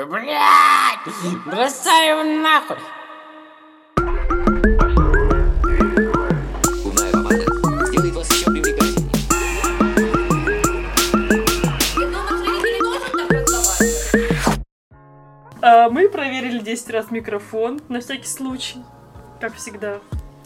такой, блядь, бросай его нахуй. Мы проверили 10 раз микрофон, на всякий случай, как всегда.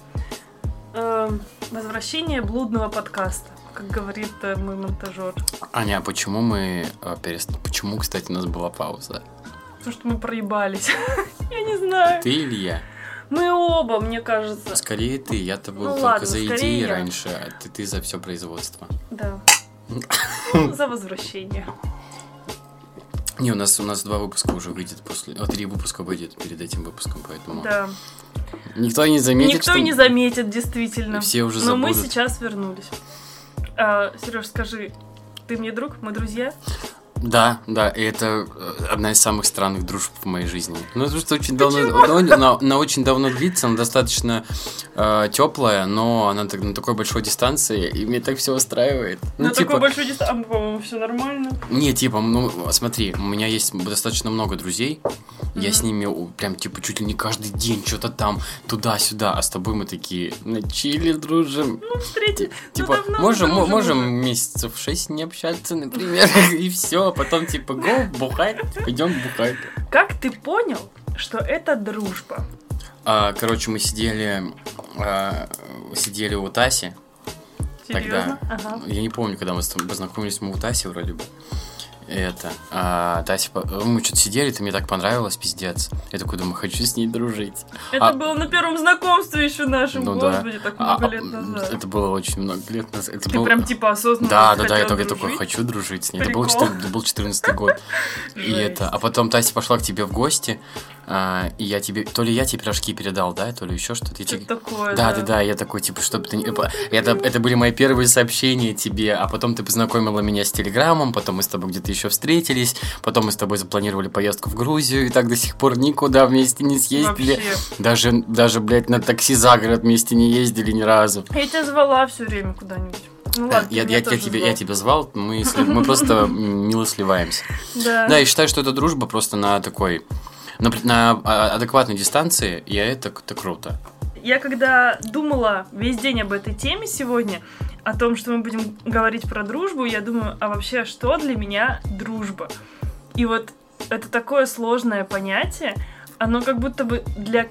Возвращение блудного подкаста, как говорит мой монтажер. Аня, а почему мы Почему, кстати, у нас была пауза? Потому что мы проебались. Я не знаю. Ты или я? Мы оба, мне кажется. Скорее ты, я-то был только ладно, за идеи я. раньше, а ты за все производство. Да. За возвращение. Не, у нас 2 выпуска уже выйдет 3 выпуска выйдет перед этим выпуском, поэтому... Да. Никто не заметит, Никто не заметит, действительно. Все уже Но забудут. мы сейчас вернулись. Сереж, скажи, ты мне друг, мы друзья? Да, и это одна из самых странных дружб в моей жизни. Ну, потому что очень давно, она очень давно длится, она достаточно теплая, но она на такой большой дистанции, и мне так все устраивает. На такой большой дистанции, по-моему, все нормально. Не, смотри, у меня есть достаточно много друзей, я с ними прям, чуть ли не каждый день что-то там, туда-сюда, а с тобой мы такие на чили дружим. Ну, встретились. Можем месяцев 6 не общаться, например, и все. Потом бухать, пойдем бухать. Как ты понял, что это дружба? Короче, мы сидели у Таси. Серьезно? Тогда. Ага. Я не помню, когда мы познакомились, мы у Таси вроде бы. Тася, мы что-то сидели, ты мне так понравилась, пиздец. Я такой думаю, хочу с ней дружить. Это было на первом знакомстве еще нашем, ну, господи, да. так много лет назад. Это было очень много лет назад. Ты прям осознанно Да, хотел я дружить? такой хочу дружить с ней. Прикол. Это был 14-й год. А потом Тася пошла к тебе в гости, и я тебе пирожки передал, да, то ли еще что-то. Что-то такое, да, я такой, чтобы ты... Это были мои первые сообщения тебе, а потом ты познакомила меня с Телеграмом, потом мы с тобой где-то еще встретились, потом мы с тобой запланировали поездку в Грузию, и так до сих пор никуда вместе не съездили. Вообще. Даже, блядь, на такси за город вместе не ездили ни разу. Я тебя звала все время куда-нибудь. Ну ладно, я тебя звал, мы просто мило сливаемся. Да, я считаю, что это дружба просто на такой... На адекватной дистанции, и это круто. Я когда думала весь день об этой теме сегодня, о том, что мы будем говорить про дружбу, я думаю, а вообще, что для меня дружба? И вот это такое сложное понятие, оно как будто бы для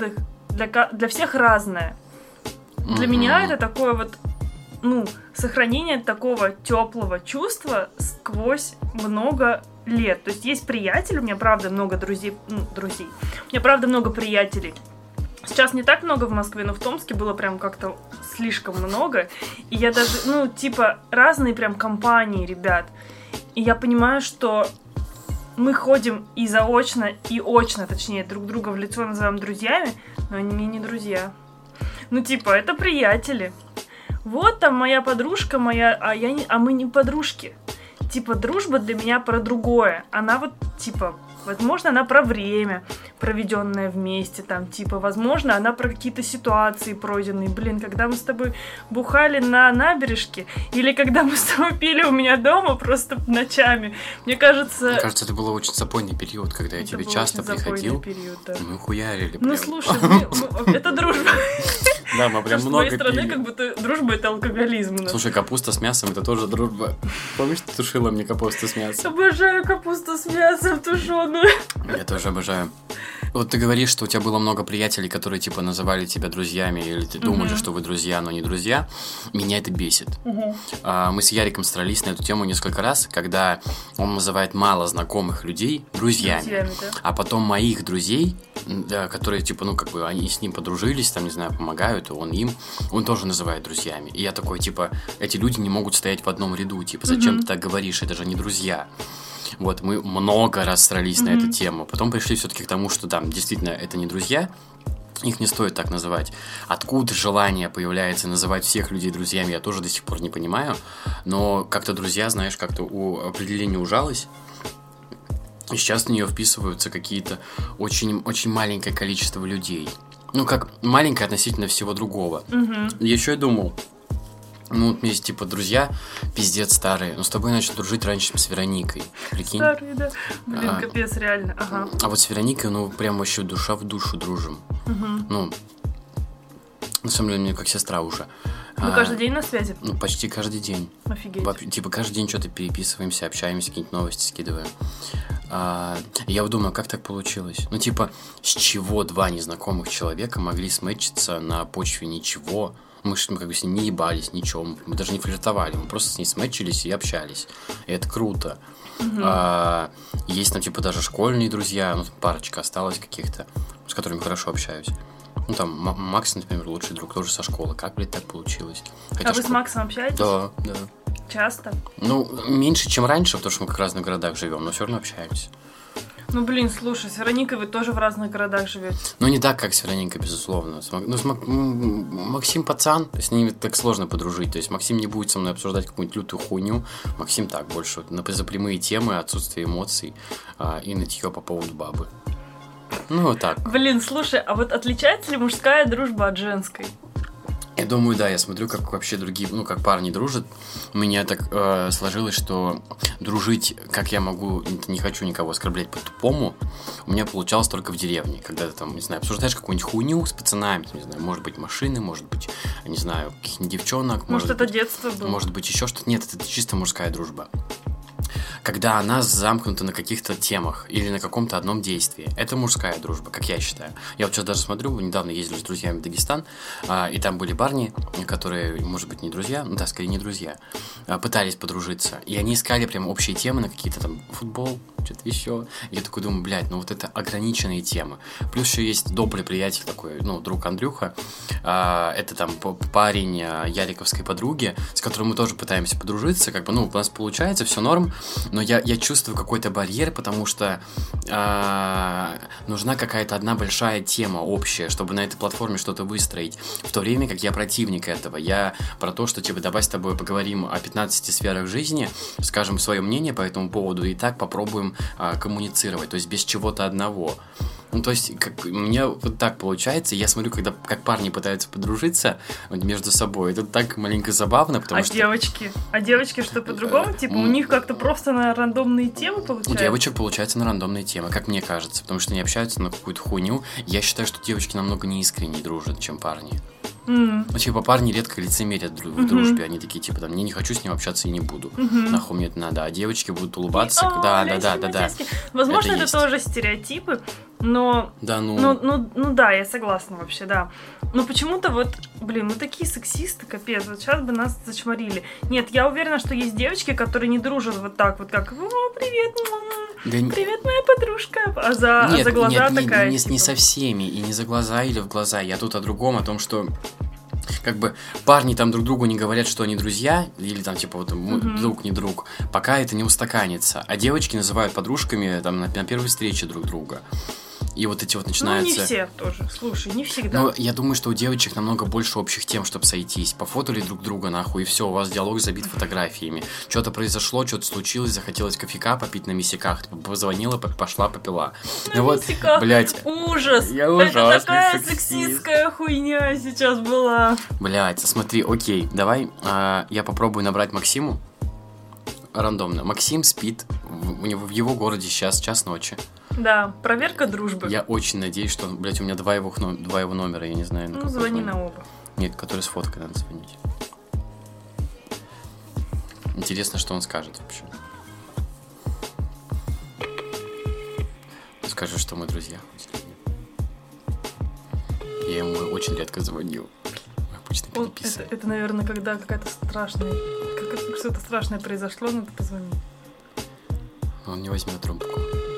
всех разное. Для меня это такое вот, сохранение такого теплого чувства сквозь много лет. То есть есть приятели, у меня правда много друзей. У меня правда много приятелей. Сейчас не так много в Москве, но в Томске было прям как-то слишком много. И я даже, разные прям компании ребят. И я понимаю, что мы ходим и заочно, и очно, точнее, друг друга в лицо называем друзьями, но они мне не друзья. Это приятели. Вот там моя подружка, а мы не подружки. Дружба для меня про другое. Она возможно, она про время, проведенное вместе, возможно, она про какие-то ситуации пройденные. Когда мы с тобой бухали на набережке, или когда мы с тобой пили у меня дома просто ночами. Мне кажется, это был очень запойный период, когда я тебе часто приходил. Период, да. Мы хуярили. Слушай, это дружба. Да, мы прям много пили. С моей стороны, как будто дружба — это алкоголизм. Слушай, капуста с мясом — это тоже дружба. Помнишь, ты тушила мне капусту с мясом? Обожаю капусту с мясом тушеную. Я тоже обожаю. Вот ты говоришь, что у тебя было много приятелей, которые, называли тебя друзьями, или ты думали, что вы друзья, но не друзья. Меня это бесит. Мы с Яриком стрались на эту тему несколько раз, когда он называет мало знакомых людей друзьями. Да. А потом моих друзей, которые, они с ним подружились, помогают, и он тоже называет друзьями. И я такой, эти люди не могут стоять в одном ряду, зачем ты так говоришь, это же не друзья. Вот, мы много раз срались на эту тему. Потом пришли все-таки к тому, что действительно, это не друзья. Их не стоит так называть. Откуда желание появляется называть всех людей друзьями, я тоже до сих пор не понимаю. Но как-то друзья, знаешь, как-то у определения ужалось. И сейчас в нее вписываются какие-то очень, очень маленькое количество людей. Как маленькое относительно всего другого. Еще я думал, Ну, вот у меня есть, типа, друзья, пиздец старые. Но с тобой начал дружить раньше, чем с Вероникой. Прикинь? Старые, да. Блин, капец, реально. Ага. А вот с Вероникой, ну, прям вообще душа в душу дружим. Ну, на самом деле, мне как сестра уже. Вы каждый день на связи? Ну, почти каждый день. Офигеть. Типа, каждый день что-то переписываемся, общаемся, какие-нибудь новости скидываем. Я вот думаю, как так получилось? Ну, типа, с чего два незнакомых человека могли сметчиться на почве ничего? Мы же как бы с ней не ебались, ничего. Мы даже не флиртовали. Мы просто с ней сметчились и общались. И это круто. Есть там, типа, даже школьные друзья. Ну, там парочка осталась каких-то, с которыми хорошо общаюсь. Ну, там, Макс, например, лучший друг, тоже со школы. Как, блядь, так получилось? Хотя вы с Максом общаетесь? Да. Часто? Ну, меньше, чем раньше, потому что мы как в разных городах живем, но все равно общаемся. Ну, блин, слушай, с Вероникой вы тоже в разных городах живете. Ну, не так, как с Вероникой, безусловно. Максим пацан, с ними так сложно подружить. То есть Максим не будет со мной обсуждать какую-нибудь лютую хуйню. Максим так, больше за прямые темы, отсутствие эмоций и нытье по поводу бабы. Ну, вот так. Блин, слушай, а вот отличается ли мужская дружба от женской? Я думаю, да, я смотрю, как вообще другие, ну, как парни дружат. У меня так сложилось, что дружить, как я могу, не хочу никого оскорблять по-тупому, у меня получалось только в деревне. Когда ты там, не знаю, обсуждаешь какую-нибудь хуйню с пацанами, не знаю, может быть, машины, может быть, не знаю, каких-нибудь девчонок. Может, это детство было? Может быть, еще что-то. Нет, это чисто мужская дружба. Когда она замкнута на каких-то темах или на каком-то одном действии. Это мужская дружба, как я считаю. Я вот сейчас даже смотрю, недавно ездили с друзьями в Дагестан, и там были парни, которые, может быть, не друзья, ну да, скорее не друзья, пытались подружиться. И они искали прям общие темы на какие-то там футбол, что-то еще. И я такой думаю, блядь, ну вот это ограниченные темы. Плюс еще есть добрый приятель такой, ну, друг Андрюха. Это там парень яриковской подруги, с которым мы тоже пытаемся подружиться. Как бы, ну, у нас получается, все норм. Но я чувствую какой-то барьер, потому что нужна какая-то одна большая тема общая, чтобы на этой платформе что-то выстроить. В то время как я противник этого. Я про то, что типа давай с тобой поговорим о 15 сферах жизни, скажем свое мнение по этому поводу и так попробуем коммуницировать. То есть без чего-то одного. Ну, то есть, как, мне вот так получается. Я смотрю, как парни пытаются подружиться между собой. Это так маленько забавно, потому что... девочки? А девочки что, по-другому? Типа, у них как-то просто на рандомные темы получается? У девочек получается на рандомные темы, как мне кажется. Потому что они общаются на какую-то хуйню. Я считаю, что девочки намного неискреннее дружат, чем парни. Ну, типа, парни редко лицемерят в дружбе. Они такие, типа, там, не хочу с ним общаться и не буду. Нахуй мне это надо. А девочки будут улыбаться. Да. Возможно, это тоже стереотипы, но... Да, ну, да, я согласна вообще, да. Но почему-то вот, блин, мы такие сексисты, капец, вот сейчас бы нас зачморили. Нет, я уверена, что есть девочки, которые не дружат вот так вот, как, о, привет, привет, моя подружка, а за глаза такая, не со всеми, и не за глаза или в глаза. Я тут о другом, о том, что как бы парни там друг другу не говорят, что они друзья, или там типа вот друг не друг, пока это не устаканится. А девочки называют подружками там на первой встрече друг друга. И вот эти вот начинаются... Ну, не все тоже, слушай, не всегда. Но я думаю, что у девочек намного больше общих тем, чтобы сойтись. Пофотали друг друга, нахуй, и все, у вас диалог забит фотографиями. Что-то произошло, что-то случилось, захотелось кофейка попить на мессиках. Позвонила, пошла, попила. На мессиках? Блядь. Ужас! Я ужасный это такая сексист. сексистская хуйня сейчас была. Блядь, смотри, окей, давай я попробую набрать Максиму. Рандомно. Максим спит, в его городе сейчас час ночи. Да, проверка дружбы. Я очень надеюсь, что, блядь, у меня два его номера, я не знаю. Ну, звони на оба. Нет, который с фоткой надо звонить. Интересно, что он скажет вообще. Скажет, что мы друзья. Я ему очень редко звонил. Обычно переписываю. Это, наверное, когда какая-то страшная... Что-то страшное произошло, надо позвонить. Он не возьмет трубку.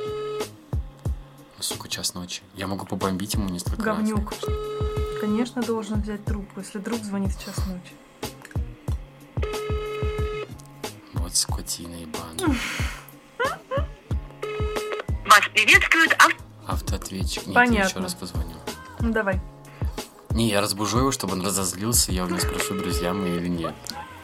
Сука, час ночи. Я могу побомбить ему несколько раз. Говнюк. Конечно, должен взять трубку, если друг звонит в час ночи. Вот скотина ебаная. Вас приветствует автоответчик. Нет, Понятно. я еще раз позвоню. Ну, давай. Не, я разбужу его, чтобы он разозлился. Я у него спрошу, друзья мы или нет.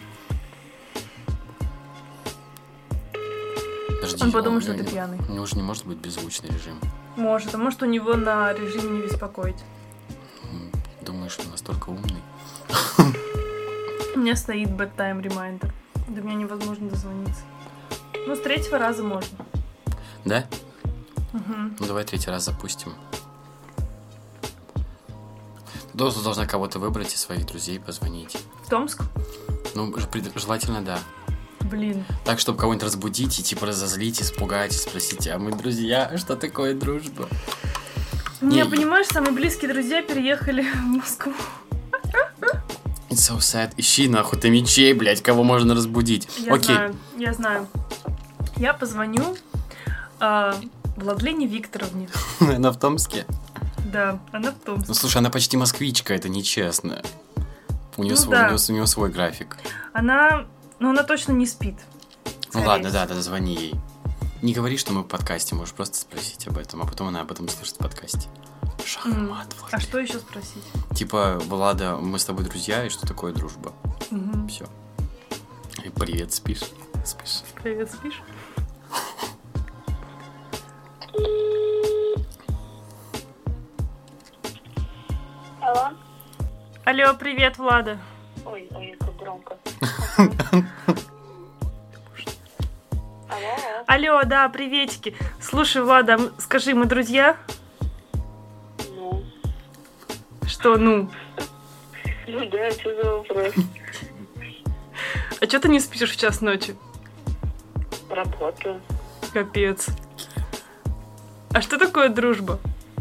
Подожди, Он подумает, что ты пьяный. У него же не может быть беззвучный режим. Может, а может у него на режиме не беспокоить. Думаешь, он настолько умный? меня стоит bedtime reminder. До меня невозможно дозвониться. Ну, с 3-го раза можно. Да? Угу. Ну, давай 3-й раз запустим. Ты должна кого-то выбрать из своих друзей, позвонить. В Томск? Ну, желательно, да. Блин. Так, чтобы кого-нибудь разбудить и, типа, разозлить, испугать, и спросить, а мы друзья, что такое дружба? Не, понимаешь, самые близкие друзья переехали в Москву. It's so sad. Ищи нахуй ты мечей, блядь, кого можно разбудить. Окей. Я знаю. Я позвоню Владлене Викторовне. Она в Томске? Да, она в Томске. Ну, слушай, она почти москвичка, это нечестно. У нее свой график. Она точно не спит. Ну ладно, да, звони ей. Не говори, что мы в подкасте, можешь просто спросить об этом, а потом она об этом слышит в подкасте. Шахмат, Влад. А что еще спросить? Типа, Влада, мы с тобой друзья, и что такое дружба? Угу. Все. И привет, спишь? Спишь. Привет, спишь? Алло. Алло, привет, Влада. Ой, как громко. Алло. Алло, да, приветики. Слушай, Влада, скажи, мы друзья? Ну. Что, ну? Ну да, что за вопрос? А что ты не спишь в час ночи? Работаю. Капец. А что такое дружба?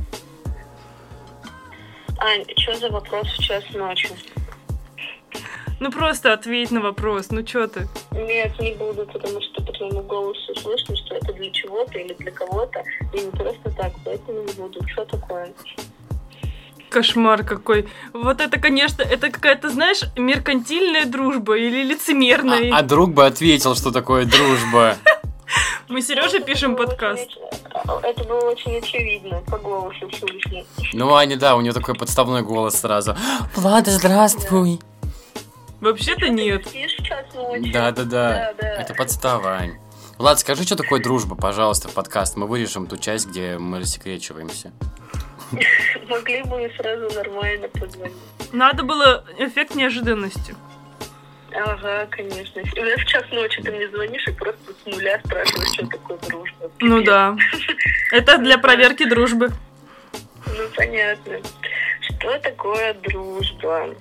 Ань, что за вопрос в час ночи? Ну просто ответь на вопрос, ну чё ты? Нет, не буду, потому что по твоему голосу слышно, что это для чего-то или для кого-то, и не просто так, поэтому не буду. Что такое? Кошмар какой. Вот это, конечно, это какая-то, знаешь, меркантильная дружба или лицемерная. А друг бы ответил, что такое дружба. Мы Серёже пишем подкаст. Это было очень очевидно, по голосу слышно. Ну, Аня, да, у нее такой подставной голос сразу. Влада, здравствуй. Вообще-то нет. Спишь в час ночи? Да. Да. Это подстава, Ань. Влад, скажи, что такое дружба, пожалуйста, в подкаст. Мы вырежем ту часть, где мы рассекречиваемся. Могли бы сразу нормально позвонить. Надо было эффект неожиданности. Ага, конечно. В час ночи ты мне звонишь и просто с нуля спрашиваешь, что такое дружба. Ну да. Это для проверки дружбы. Ну, понятно. Что такое дружба?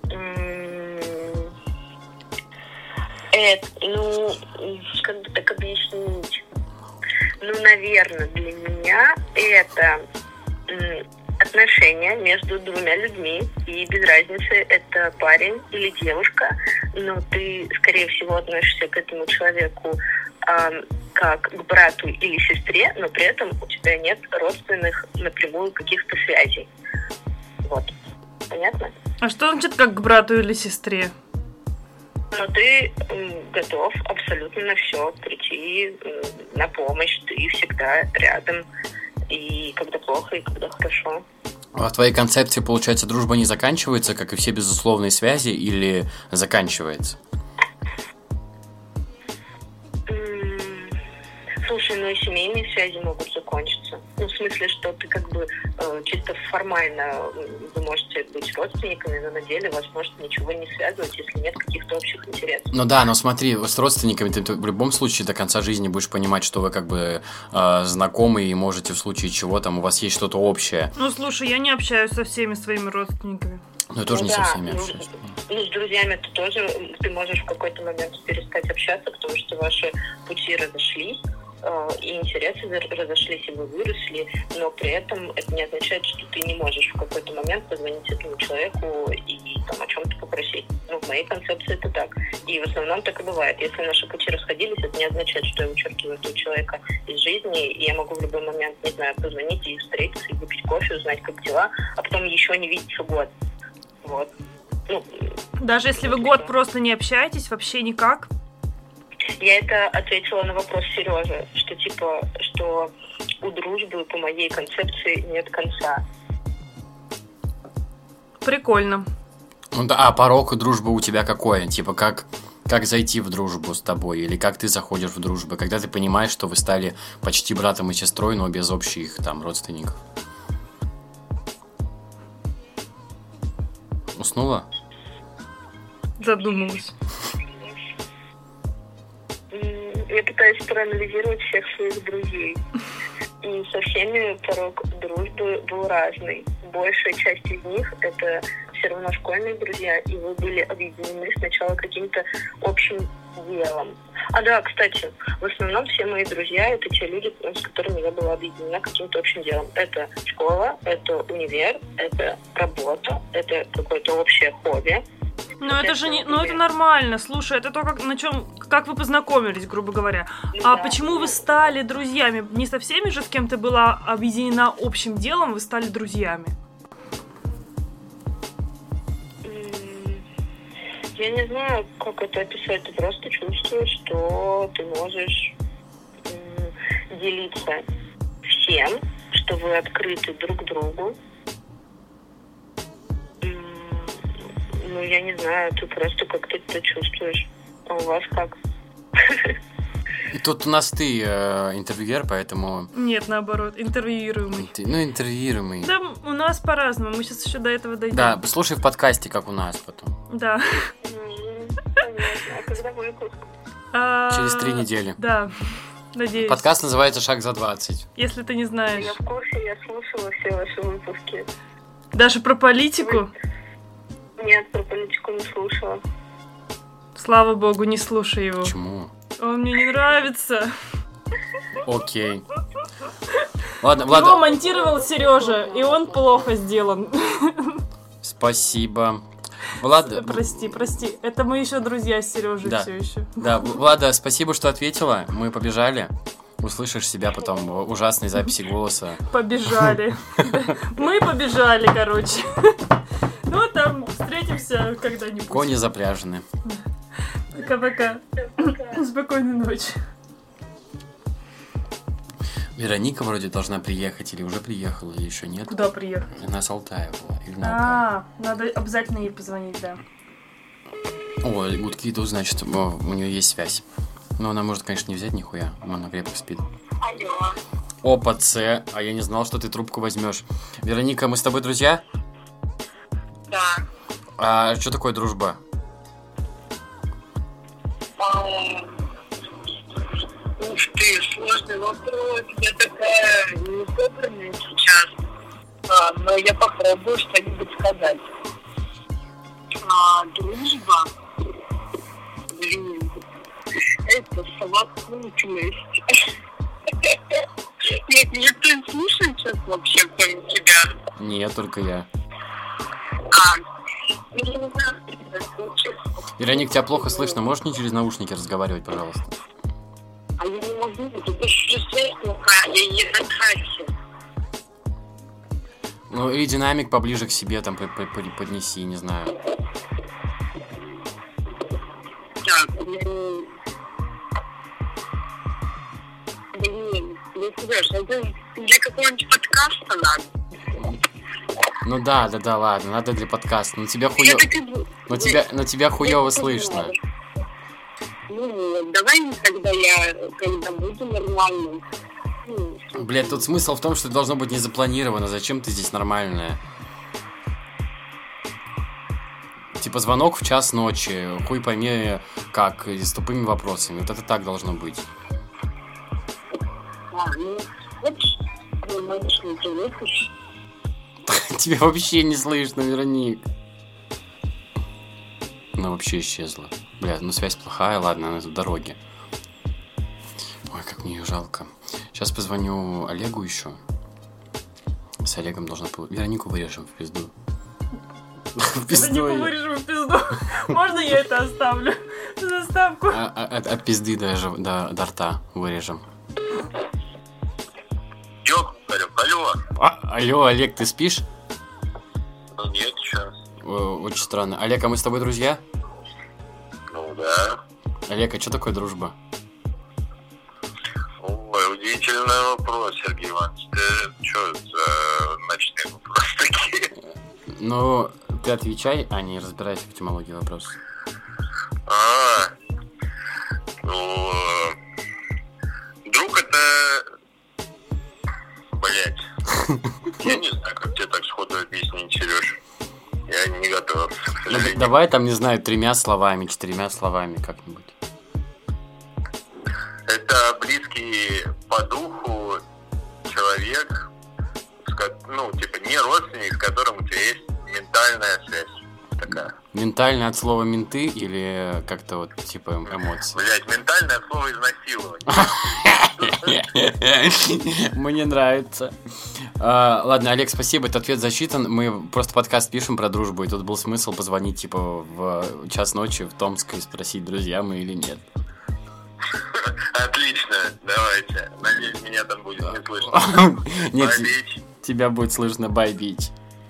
Как бы так объяснить? Ну, наверное, для меня это отношения между двумя людьми, и без разницы, это парень или девушка, но ты, скорее всего, относишься к этому человеку как к брату или сестре, но при этом у тебя нет родственных напрямую каких-то связей. Вот. Понятно? А что значит как к брату или сестре? Но ты готов абсолютно на все прийти на помощь, ты всегда рядом, и когда плохо, и когда хорошо. А в твоей концепции, получается, дружба не заканчивается, как и все безусловные связи, или заканчивается? Слушай, ну и семейные связи могут закончиться. Ну, в смысле, что ты как бы чисто формально вы можете быть родственниками, но на деле вас может ничего не связывать, если нет каких-то общих интересов. Ну да, но смотри, с родственниками ты в любом случае до конца жизни будешь понимать, что вы как бы знакомы и можете в случае чего там у вас есть что-то общее. Ну слушай, я не общаюсь со всеми своими родственниками. Ну я тоже не со всеми общаюсь. Ну, с друзьями ты можешь в какой-то момент перестать общаться, потому что ваши пути разошлись, и интересы разошлись, и вы выросли, но при этом это не означает, что ты не можешь в какой-то момент позвонить этому человеку и там о чем-то попросить. Ну, в моей концепции это так. И в основном так и бывает. Если наши пути расходились, это не означает, что я вычеркиваю этого человека из жизни, и я могу в любой момент, не знаю, позвонить и встретиться, и выпить кофе, узнать, как дела, а потом еще не видеться год. Вот. Ну, даже если вы год просто не общаетесь, вообще никак? Я это ответила на вопрос Сережи, что типа, что у дружбы по моей концепции нет конца. Прикольно. Ну да, а порог дружбы у тебя какой? Типа как зайти в дружбу с тобой? Или как ты заходишь в дружбу? Когда ты понимаешь, что вы стали почти братом и сестрой, но без общих там родственников? Уснула? задумалась. Я пытаюсь проанализировать всех своих друзей. И со всеми порог дружбы был разный. Большая часть из них — это все равно школьные друзья, и вы были объединены сначала каким-то общим делом. А да, кстати, в основном все мои друзья — это те люди, с которыми я была объединена каким-то общим делом. Это школа, это универ, это работа, это какое-то общее хобби. Но это же не, это нормально. Слушай, это то, как вы познакомились, грубо говоря. А почему вы стали друзьями? Не со всеми же, с кем ты была объединена общим делом, вы стали друзьями? Я не знаю, как это описать. Ты просто чувствуешь, что ты можешь делиться всем, что вы открыты друг другу. Ну, я не знаю, ты просто как-то это чувствуешь. А у вас как? Тут у нас ты интервьюер, поэтому... Нет, наоборот, интервьюируемый. Интервьюируемый. Да, у нас по-разному, мы сейчас еще до этого дойдем. Да, слушай в подкасте, как у нас потом. Да. Понятно. А когда выпуск? Через 3 недели. Да, надеюсь. Подкаст называется «Шаг за 20». Если ты не знаешь. Я в курсе, я слушала все ваши выпуски. Даже про политику? Нет, про политику не слушала. Слава богу, не слушай его. Почему? Он мне не нравится. Окей. Ладно. Его монтировал Сережа, и он плохо сделан. Спасибо. Влада... Прости. Это мы еще друзья с Сережей все еще. Да, Влада, спасибо, что ответила. Мы побежали. Услышишь себя потом в ужасной записи голоса. Побежали. Мы побежали, короче. Ну, там встретимся когда-нибудь. Кони запряжены. Пока-пока. Спокойной ночи. Вероника вроде должна приехать, или уже приехала, или еще нет. Куда приехать? Она с Алтая была. Или на Алтае. Надо обязательно ей позвонить, да. О, гудки идут, значит, у нее есть связь. Но она может, конечно, не взять нихуя. Она крепко спит. Алло. Опа, Ц. А я не знал, что ты трубку возьмешь. Вероника, мы с тобой друзья? Да. А что такое дружба? Ух ты, сложный вопрос. Я такая неопытная сейчас. Но я попробую что-нибудь сказать. Дружба. Блин. Это совокупность. Нет, меня кто-нибудь слушает сейчас вообще, кроме тебя? Нет, только я. Я не знаю, Вероник, тебя плохо слышно. Можешь не через наушники разговаривать, пожалуйста? А я не могу, тут еще связь плохая, я еду на трассе. Ну, и динамик поближе к себе там поднеси, не знаю. Так, блин, не знаешь, это для какого-нибудь подкаста надо. Ну да, ладно, надо для подкаста. Но тебя хуёво слышно. Ну, давай тогда когда буду нормально. Блядь, тут смысл в том, что это должно быть не запланировано. Зачем ты здесь нормальная? Типа звонок в 1:00 ночи, хуй пойми как, с тупыми вопросами. Вот это так должно быть. Тебя вообще не слышно, Вероник. Она вообще исчезла. Бля, ну связь плохая, ладно, она в дороге. Ой, как мне ее жалко. Сейчас позвоню Олегу еще. С Олегом должна... Веронику вырежем в пизду. Веронику вырежем в пизду. Можно я это оставлю? Заставку. От пизды даже до рта вырежем. Алло. Алло, Олег, ты спишь? Нет, сейчас. Очень странно. Олег, а мы с тобой друзья? Ну да. Олег, а что такое дружба? Ой, удивительный вопрос, Сергей Иванович. Ты что за ночные вопросы такие? Ну, ты отвечай, а не разбирайся в этимологии вопроса. Ну, друг это... Блять. Я не знаю, как тебе так сходу объяснить, Сереж. Я не готовился, к Ну, сожалению. давай там, не знаю, 3 словами, 4 словами как-нибудь. Это близкий по духу человек, ну, типа, не родственник, с которым у тебя есть ментальная связь такая. Ментально от слова менты или как-то вот типа эмоции? Блять, ментальное слово изнасилование. Мне нравится. Ладно, Олег, спасибо, этот ответ засчитан. Мы просто подкаст пишем про дружбу, и тут был смысл позвонить типа в час ночи в Томск и спросить, друзья мы или нет. Отлично, давайте. Надеюсь, меня там будет не слышно. Нет, Бич. тебя будет слышно, бай, бич.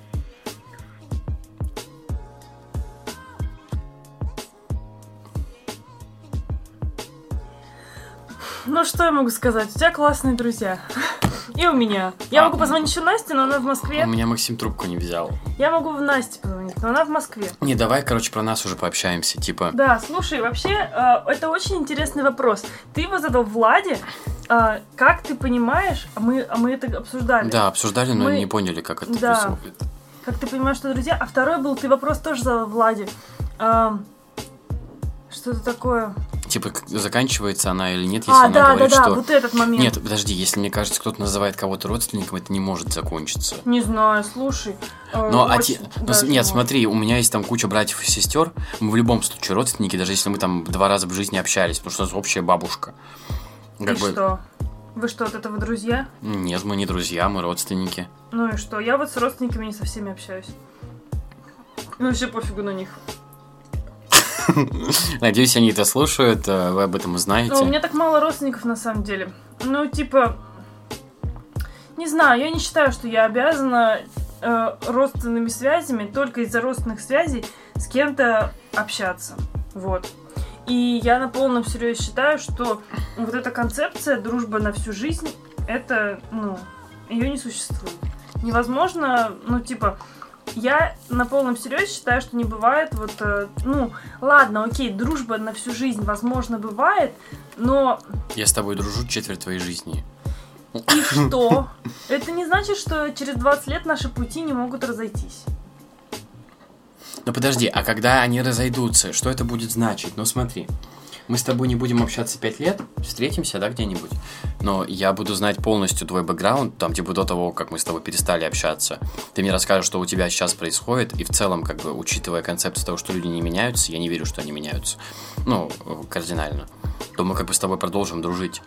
Ну, что я могу сказать? У тебя классные друзья. И у меня. Я могу позвонить еще Насте, но она в У Москве. меня Максим трубку не взял. Я могу в Насте позвонить, но она в Москве. Не, давай, короче, про нас уже пообщаемся, типа... Да, слушай, вообще, это очень интересный вопрос. Ты его задал Владе. Как ты понимаешь, мы это обсуждали. Да, обсуждали, но Мы- не поняли, как это Да. происходит. Как ты понимаешь, что друзья? А второй был, ты вопрос тоже задал Владе. Что-то такое. Типа, заканчивается она или нет, если она Да, говорит, да, что... вот этот момент. Нет, подожди, если мне кажется, кто-то называет кого-то родственником, это не может закончиться. Не знаю, слушай. Но, очень даже нет, может. смотри, у меня есть там куча братьев и сестер, мы в любом случае родственники, даже если мы там 2 раза в жизни общались, потому что у нас общая бабушка. И что? Вы что, от этого друзья? Нет, мы не друзья, мы родственники. Ну и что? Я вот с родственниками не со всеми общаюсь. Ну вообще пофигу на них. Надеюсь, они это слушают, вы об этом узнаете. Но у меня так мало родственников на самом деле. Ну, типа, не знаю, я не считаю, что я обязана родственными связями, только из-за родственных связей с кем-то общаться. Вот. И я на полном серьезе считаю, что вот эта концепция дружба на всю жизнь, это, ну, ее не существует. Невозможно, ну, типа, я на полном серьезе считаю, что не бывает вот, ну, ладно, окей, дружба на всю жизнь, возможно, бывает, но Я с тобой дружу четверть твоей жизни. и что? Это не значит, что через 20 лет наши пути не могут разойтись. Но подожди, а когда они разойдутся, что это будет значить? Ну смотри, мы с тобой не будем общаться 5 лет, встретимся, да, где-нибудь, но я буду знать полностью твой бэкграунд, там, типа, до того, как мы с тобой перестали общаться. Ты мне расскажешь, что у тебя сейчас происходит, и в целом, как бы, учитывая концепцию того, что люди не меняются, я не верю, что они меняются, ну, кардинально, то мы, как бы, с тобой продолжим дружить.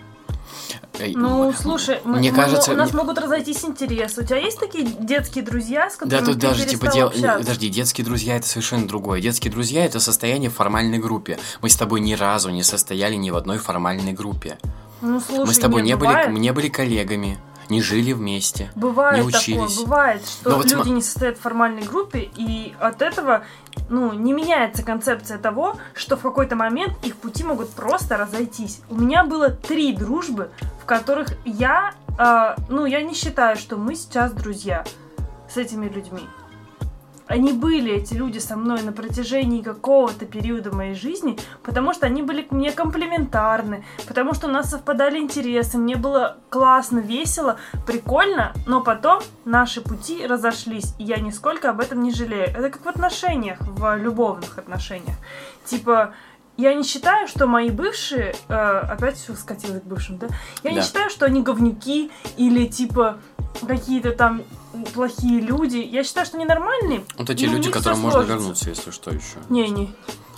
Ну, слушай, мне кажется, у нас могут разойтись интересы. У тебя есть такие детские друзья, с Да, которыми тут ты даже типа перестал общаться? Подожди, детские друзья это совершенно другое. Детские друзья это состояние в формальной группе. Мы с тобой ни разу не состояли ни в одной формальной группе. Ну, слушай, Мы с тобой не бывает, были коллегами, не жили вместе, бывает не такое, учились. бывает, что Но вот люди не состоят в формальной группе, и от этого, ну, не меняется концепция того, что в какой-то момент их пути могут просто разойтись. У меня было 3 дружбы, в которых я не считаю, что мы сейчас друзья с этими людьми. Они были, эти люди, со мной на протяжении какого-то периода моей жизни, потому что они были мне комплементарны, потому что у нас совпадали интересы, мне было классно, весело, прикольно, но потом наши пути разошлись, и я нисколько об этом не жалею. Это как в отношениях, в любовных отношениях. Типа, я не считаю, что мои бывшие, опять все скатилось к бывшим, да? Я не считаю, что они говнюки или типа какие-то там плохие люди. Я считаю, что они нормальные. Вот эти и у люди, них к которым всё можно сложится. вернуться, если что еще. Не.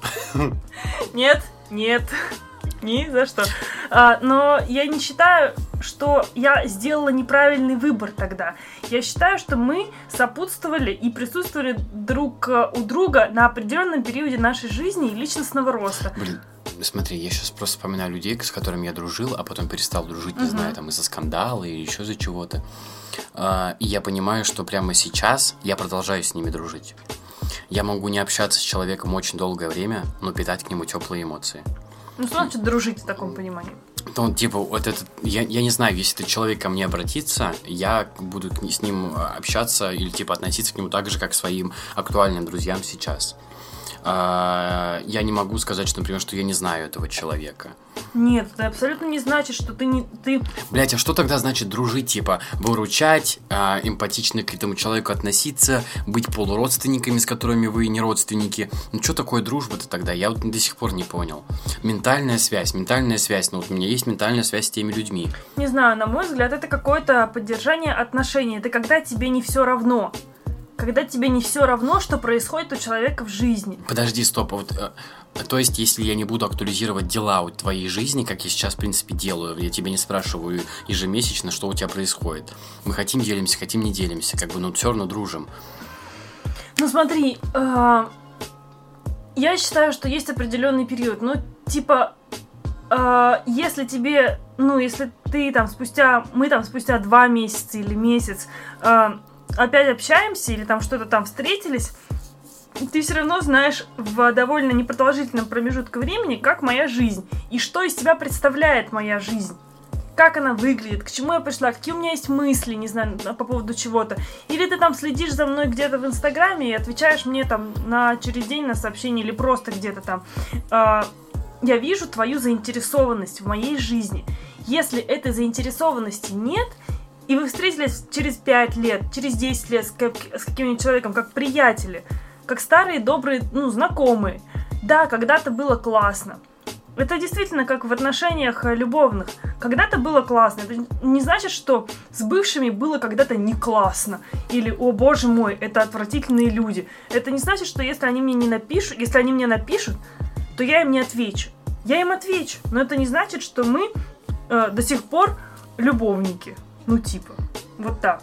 Нет. Ни за что. Но я не считаю, что я сделала неправильный выбор тогда. Я считаю, что мы сопутствовали и присутствовали друг у друга на определенном периоде нашей жизни и личностного роста. Блин, смотри, я сейчас просто вспоминаю людей, с которыми я дружил, а потом перестал дружить, не знаю, там из-за скандала или еще из-за чего-то. И я понимаю, что прямо сейчас я продолжаю с ними дружить. Я могу не общаться с человеком очень долгое время, но питать к нему теплые эмоции. Ну, что значит дружить в таком понимании? Ну, типа, вот этот, я не знаю, если этот человек ко мне обратится, я буду с ним общаться или, типа, относиться к нему так же, как к своим актуальным друзьям сейчас. я не могу сказать, что, например, что я не знаю этого человека. Нет, это абсолютно не значит, что ты не... Блять, а что тогда значит дружить? Типа, выручать, эмпатично к этому человеку относиться, быть полуродственниками, с которыми вы не родственники. Ну, что такое дружба-то тогда? Я вот до сих пор не понял. Ментальная связь. Ну, вот у меня есть ментальная связь с теми людьми. Не знаю, на мой взгляд, это какое-то поддержание отношений. Это когда тебе не все равно. Когда тебе не все равно, что происходит у человека в жизни. Подожди, стоп. Вот, то есть, если я не буду актуализировать дела у твоей жизни, как я сейчас, в принципе, делаю, я тебя не спрашиваю ежемесячно, что у тебя происходит. Мы хотим делимся, хотим не делимся, как бы, но все равно дружим. Ну смотри, я считаю, что есть определенный период. Ну, типа, если тебе, если ты там мы там спустя 2 месяца или месяц опять общаемся или там что-то там встретились, ты все равно знаешь в довольно непродолжительном промежутке времени, как моя жизнь и что из себя представляет моя жизнь. Как она выглядит, к чему я пришла, какие у меня есть мысли, не знаю, по поводу чего-то. Или ты там следишь за мной где-то в Инстаграме и отвечаешь мне там через день на сообщение или просто где-то там. Я вижу твою заинтересованность в моей жизни. Если этой заинтересованности нет, и вы встретились через 5 лет, через 10 лет с каким-нибудь человеком, как приятели, как старые добрые, знакомые. Да, когда-то было классно. Это действительно как в отношениях любовных. Когда-то было классно. Это не значит, что с бывшими было когда-то не классно. Или, о боже мой, это отвратительные люди. Это не значит, что если они мне напишут, то я им не отвечу. Я им отвечу. Но это не значит, что мы до сих пор любовники. Вот так.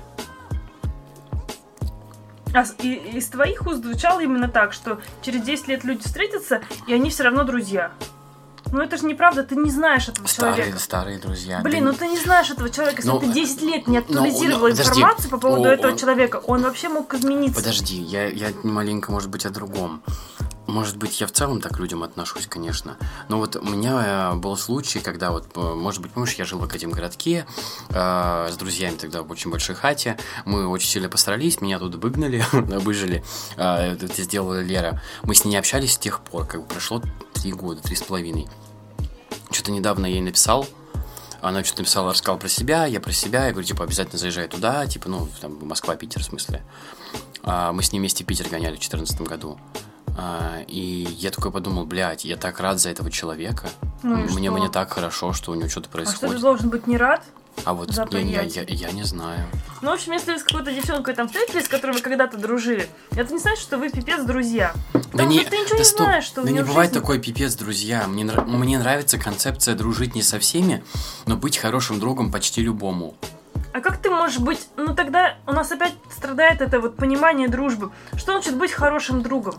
Из твоих уст звучало именно так, что через 10 лет люди встретятся, и они все равно друзья. Ну это же неправда, ты не знаешь этого человека. Старые друзья. Блин, ты не знаешь этого человека. Если ты 10 лет не актуализировал информацию по поводу этого человека, он вообще мог измениться. Подожди, я маленько, может быть, о другом. Может быть, я в целом так к людям отношусь, конечно. Но вот у меня был случай, когда может быть, помнишь, я жил в Академгородке с друзьями тогда в очень большой хате. Мы очень сильно постарались, меня оттуда выгнали, выжили. Это сделала Лера. Мы с ней не общались с тех пор, прошло 3 года, 3,5. Что-то недавно я ей написал. Она что-то написала, рассказала про себя, я про себя. Я говорю, обязательно заезжай туда, там Москва-Питер, в смысле. Мы с ней вместе в Питер гоняли в 2014 году. И я такой подумал, блядь, я так рад за этого человека. Мне так хорошо, что у него что-то происходит. А что, ты должен быть не рад? А вот я не знаю. Ну, в общем, если вы с какой-то девчонкой там встретились, с которой вы когда-то дружили, это не значит, что вы пипец друзья. Ты ничего не знаешь, что у него не бывает такой пипец друзья. Мне нравится концепция дружить не со всеми, но быть хорошим другом почти любому. А как ты можешь быть... тогда у нас опять страдает это понимание дружбы. Что значит быть хорошим другом?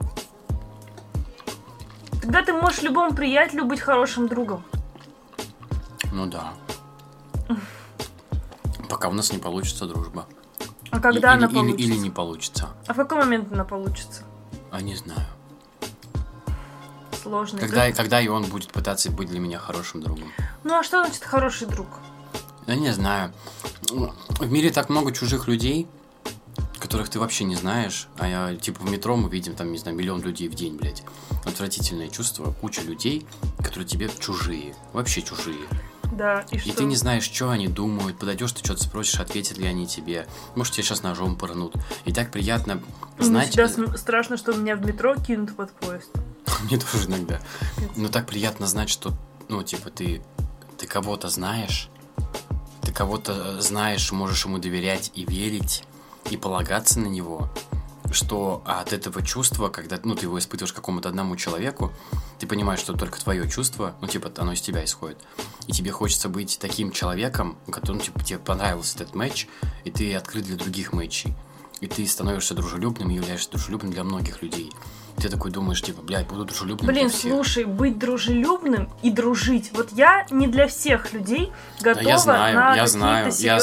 Тогда ты можешь любому приятелю быть хорошим другом. Ну да. Пока у нас не получится дружба. А когда она получится? Или не получится. А в какой момент она получится? А не знаю. Сложно. Когда и он будет пытаться быть для меня хорошим другом. Ну а что значит хороший друг? Я не знаю. В мире так много чужих людей, которых ты вообще не знаешь. А я, в метро мы видим, там, не знаю, 1 000 000 людей в день, блядь. Отвратительное чувство. Куча людей, которые тебе чужие. Вообще чужие. Да, и что? И ты не знаешь, что они думают. Подойдешь, ты что-то спросишь, ответят ли они тебе. Может, тебя сейчас ножом пырнут. И так приятно знать... Мне всегда страшно, что меня в метро кинут под поезд. Мне тоже иногда. Но так приятно знать, что, ты кого-то знаешь. Ты кого-то знаешь, можешь ему доверять и верить, и полагаться на него. Что от этого чувства, когда ты его испытываешь какому-то одному человеку, ты понимаешь, что только твое чувство, оно из тебя исходит. И тебе хочется быть таким человеком, которому тебе понравился этот матч, и ты открыт для других матчей. И ты становишься дружелюбным и являешься дружелюбным для многих людей. И ты такой думаешь, блядь, буду дружелюбным для всех. Слушай, быть дружелюбным и дружить. Вот я не для всех людей готова я знаю. Что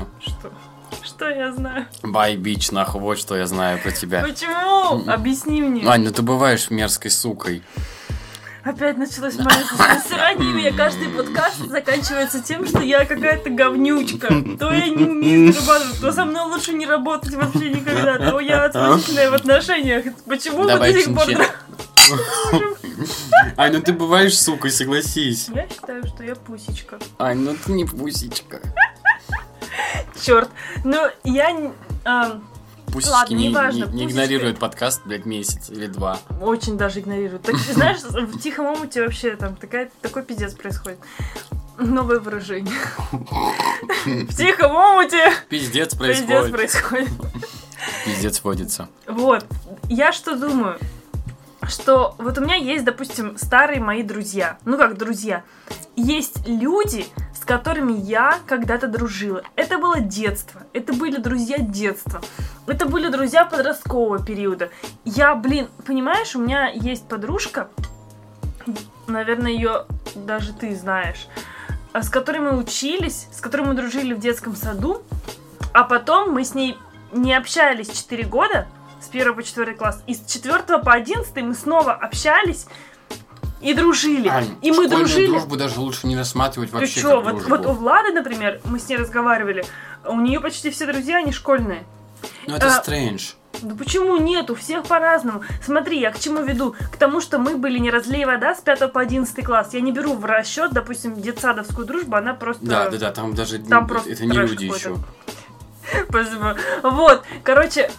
я знаю? Бай, бич, нахуй, вот что я знаю про тебя. Почему? Объясни мне. Ань, ты бываешь мерзкой сукой. Опять началось мое засирание, у меня каждый подкаст заканчивается тем, что я какая-то говнючка. То я не умею зарабатывать, то со мной лучше не работать вообще никогда, то я отвратительная в отношениях. Почему вы до сих пор... Ань, ну ты бываешь сукой, согласись. Я считаю, что я пусечка. Ань, ну ты не пусечка. Черт, ну я... Пусечки Ладно, не неважно, игнорируют подкаст, блядь, месяц или 2. Очень даже игнорируют. Так, знаешь, в тихом омуте вообще там такой пиздец происходит. Новое выражение. В тихом омуте Пиздец происходит. Пиздец водится. Вот. Я что думаю? Что вот у меня есть, допустим, старые мои друзья. Ну как друзья? Есть люди, с которыми я когда-то дружила. Это было детство. Это были друзья детства. Это были друзья подросткового периода. Понимаешь, у меня есть подружка, наверное, ее даже ты знаешь, с которой мы учились, с которой мы дружили в детском саду, а потом мы с ней не общались 4 года, с 1 по 4 класс, и с 4 по 11 мы снова общались и дружили. Ань, и мы дружили. Дружбу даже лучше не рассматривать вообще. Ты чё, как дружбу. вот у Влады, например, мы с ней разговаривали, у нее почти все друзья, они школьные. Ну это стрэндж. Да почему нет? У всех по-разному. Смотри, я к чему веду? К тому, что мы были не разлей вода с 5 по 11 класс. Я не беру в расчет, допустим, детсадовскую дружбу, она просто... Да, там даже просто это не люди какой-то. еще. Спасибо. Вот, короче,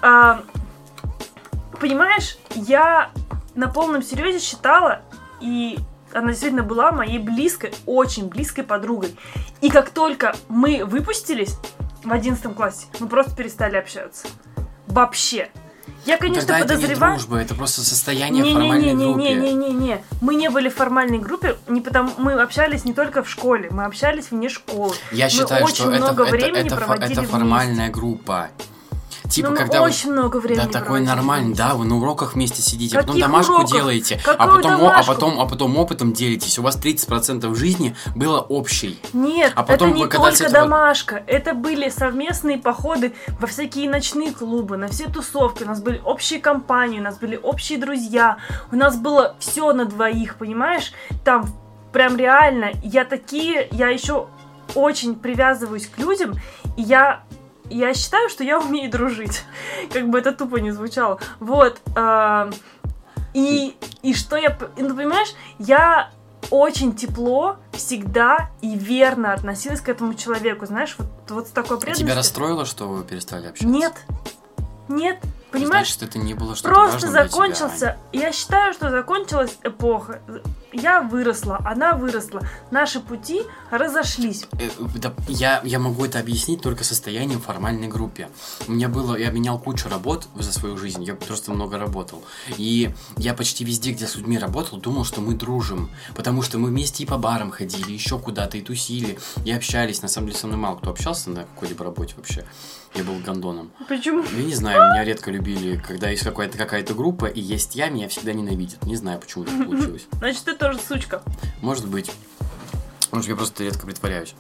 понимаешь, я на полном серьезе считала, и она действительно была моей близкой, очень близкой подругой. И как только мы выпустились в 11 классе, мы просто перестали общаться. Вообще. Я, конечно, Тогда подозреваю... это не дружба, это просто состояние в формальной группе. Не-не-не. Мы не были в формальной группе, мы общались не только в школе, мы общались вне школы. Я считаю, что это формальная вместе. группа. Типа, мы когда очень много времени да, такой нормальный, да, вы на уроках вместе сидите, Каких потом домашку уроков? делаете, а потом опытом делитесь. У вас 30% жизни было общей. Нет, а потом это не вы, когда только домашка, это были совместные походы во всякие ночные клубы, на все тусовки, у нас были общие компании, у нас были общие друзья, у нас было все на двоих, понимаешь? Там прям реально, я еще очень привязываюсь к людям, и я считаю, что я умею дружить. Как бы это тупо не звучало. Вот. И что ну, понимаешь, я очень тепло всегда и верно относилась к этому человеку. Знаешь, вот с такой преданностью. Тебя расстроило, что вы перестали общаться? Нет. Понимаешь? Значит, это не было что-то просто важным закончился. Для тебя, Я считаю, что закончилась эпоха. Я выросла, она выросла. Наши пути разошлись. Я могу это объяснить только состоянием в формальной группе. Я менял кучу работ за свою жизнь, я просто много работал. И я почти везде, где с людьми работал, думал, что мы дружим. Потому что мы вместе и по барам ходили, еще куда-то, и тусили, и общались. На самом деле, со мной мало кто общался на какой-либо работе вообще. Я был гондоном. Почему? Я не знаю, меня редко любили, когда есть какая-то группа, и есть я, меня всегда ненавидят. Не знаю, почему так получилось. Значит, ты тоже сучка. Может быть. Может, я просто редко притворяюсь.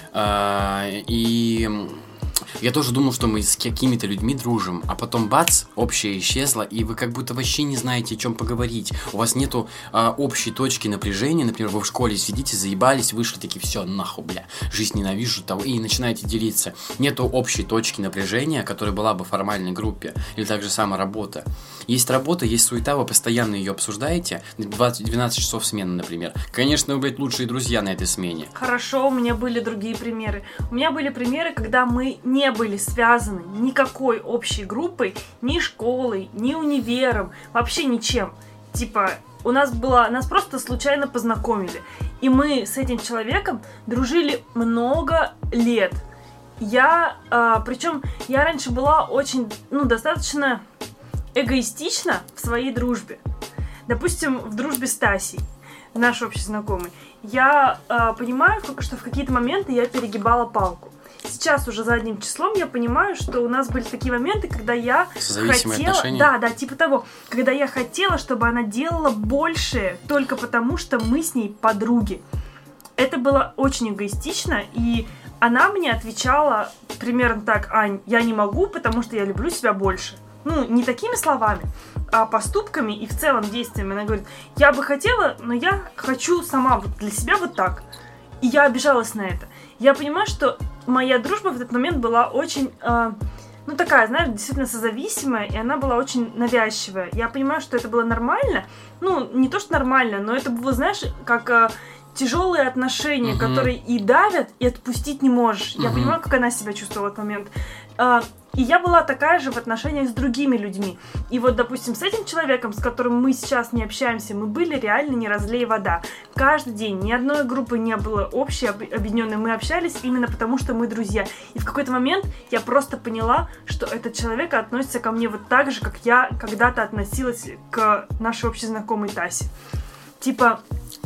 И я тоже думал, что мы с какими-то людьми дружим, а потом бац, общее исчезло, и вы как будто вообще не знаете, о чем поговорить. У вас нету общей точки напряжения. Например, вы в школе сидите, заебались, вышли такие, все, нахуй, бля, жизнь ненавижу, того, и начинаете делиться. Нету общей точки напряжения, которая была бы в формальной группе, или так же самая работа. Есть работа, есть суета, вы постоянно ее обсуждаете, 12 часов смены, например. Конечно, вы, блядь, лучшие друзья на этой смене. Хорошо, у меня были другие примеры. У меня были примеры, когда мы не были связаны никакой общей группой, ни школой, ни универом, вообще ничем. Типа, нас просто случайно познакомили. И мы с этим человеком дружили много лет. Причем я раньше была очень, достаточно эгоистична в своей дружбе. Допустим, в дружбе с Тасей, наш общий знакомый. Я понимаю, что в какие-то моменты я перегибала палку. Сейчас уже задним числом я понимаю, что у нас были такие моменты, когда я Созависимые отношения? Да, типа того. Когда я хотела, чтобы она делала больше, только потому, что мы с ней подруги. Это было очень эгоистично, и она мне отвечала примерно так: Ань, я не могу, потому что я люблю себя больше. ну, не такими словами, а поступками и в целом действиями. Она говорит, я бы хотела, но я хочу сама вот для себя вот так. И я обижалась на это. Я понимаю, что моя дружба в этот момент была очень, ну, такая, знаешь, действительно созависимая, и она была очень навязчивая. Я понимаю, что это было нормально. Ну, не то, что нормально, но это было, знаешь, как тяжелые отношения, которые и давят, и отпустить не можешь. Я понимаю, как она себя чувствовала в этот момент. И я была такая же в отношениях с другими людьми. И вот, допустим, с этим человеком, с которым мы сейчас не общаемся, мы были реально не разлей вода. Каждый день ни одной группы не было общей, объединенной. Мы общались именно потому, что мы друзья. И в какой-то момент я просто поняла, что этот человек относится ко мне вот так же, как я когда-то относилась к нашей общей знакомой Тасе. Типа,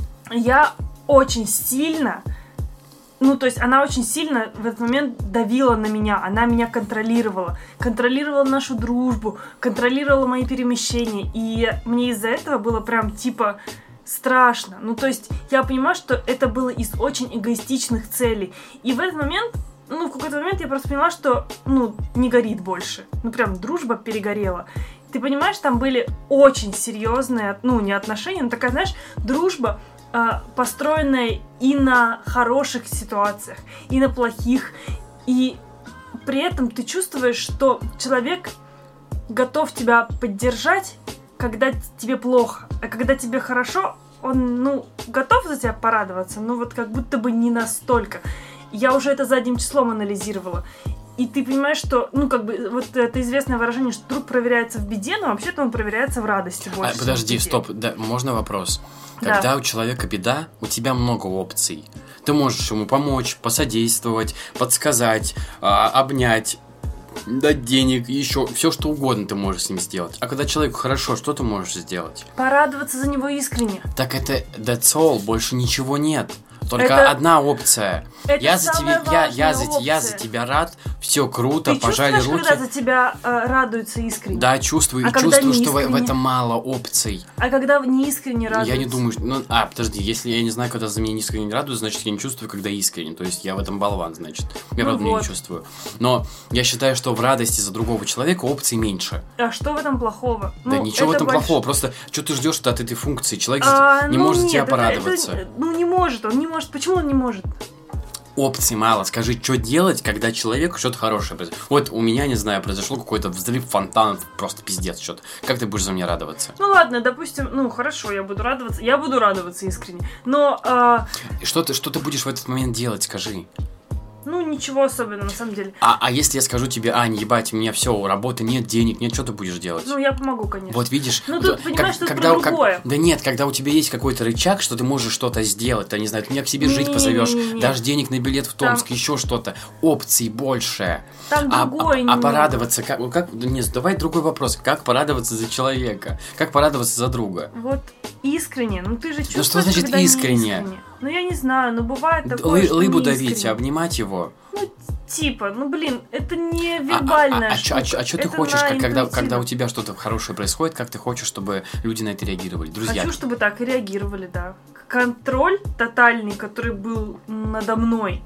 я очень сильно... Ну, то есть она очень сильно в этот момент давила на меня, она меня контролировала нашу дружбу, контролировала мои перемещения, и мне из-за этого было прям, типа, страшно. Ну, то есть я понимаю, что это было из очень эгоистичных целей, и в этот момент, ну, в какой-то момент я просто поняла, что, ну, не горит больше, ну, прям дружба перегорела. Ты понимаешь, там были очень серьезные, ну, не отношения, но такая, знаешь, дружба, построенная и на хороших ситуациях, и на плохих, и при этом ты чувствуешь, что человек готов тебя поддержать, когда тебе плохо, а когда тебе хорошо, он, ну, готов за тебя порадоваться, но вот как будто бы не настолько. Я уже это задним числом анализировала. И ты понимаешь, что, ну, как бы, вот это известное выражение, что друг проверяется в беде, но вообще-то он проверяется в радости больше. Подожди, стоп, да, можно вопрос? Когда у человека беда, у тебя много опций. Ты можешь ему помочь, посодействовать, подсказать, обнять, дать денег, еще все что угодно ты можешь с ним сделать. А когда человеку хорошо, что ты можешь сделать? Порадоваться за него искренне. Так это that's all, больше ничего нет. Только одна опция. Я за тебя рад, все круто, ты пожали руки. Ты чувствуешь, когда за тебя радуются искренне? Да, чувствую. И чувствую, что в этом мало опций. А когда не искренне радуются? Я не думаю, подожди, если я не знаю, когда за меня не искренне радуются, значит, я не чувствую, когда искренне. То есть я в этом болван, значит. Я, правда, не чувствую. Но я считаю, что в радости за другого человека опций меньше. А что в этом плохого? Да ничего в этом плохого, просто что ты ждешь от этой функции? Человек не может за тебя порадоваться. Не может, он не может. Почему он не может? Опций мало. Скажи, что делать, когда человеку что-то хорошее произошло. Вот у меня, не знаю, произошел какой-то взрыв фонтанов, просто пиздец что-то. Как ты будешь за меня радоваться? Ну ладно, допустим, ну хорошо, я буду радоваться искренне. Но... Что ты будешь в этот момент делать, скажи? Ну, ничего особенного, на самом деле. А если я скажу тебе, Ань, ебать, у меня все, работы нет, денег нет, что ты будешь делать? Ну, я помогу, конечно. Вот видишь... Ну, тут, понимаешь, что это про другое. Да нет, когда у тебя есть какой-то рычаг, что ты можешь что-то сделать, ты, не знаю, ты меня к себе жить позовешь, дашь денег на билет в Томск, еще что-то, опций больше. Там другое. А порадоваться, давай другой вопрос, как порадоваться за человека, как порадоваться за друга? Вот искренне, ну ты же чувствуешь, что значит искренне? Ну, я не знаю, но бывает такое, что лыбу давить, обнимать его. Ну, типа, ну, блин, это не вербальная штука. А что ты хочешь, когда у тебя что-то хорошее происходит, как ты хочешь, чтобы люди на это реагировали? Друзья. Хочу, чтобы так и реагировали, да. Контроль тотальный, который был надо мной,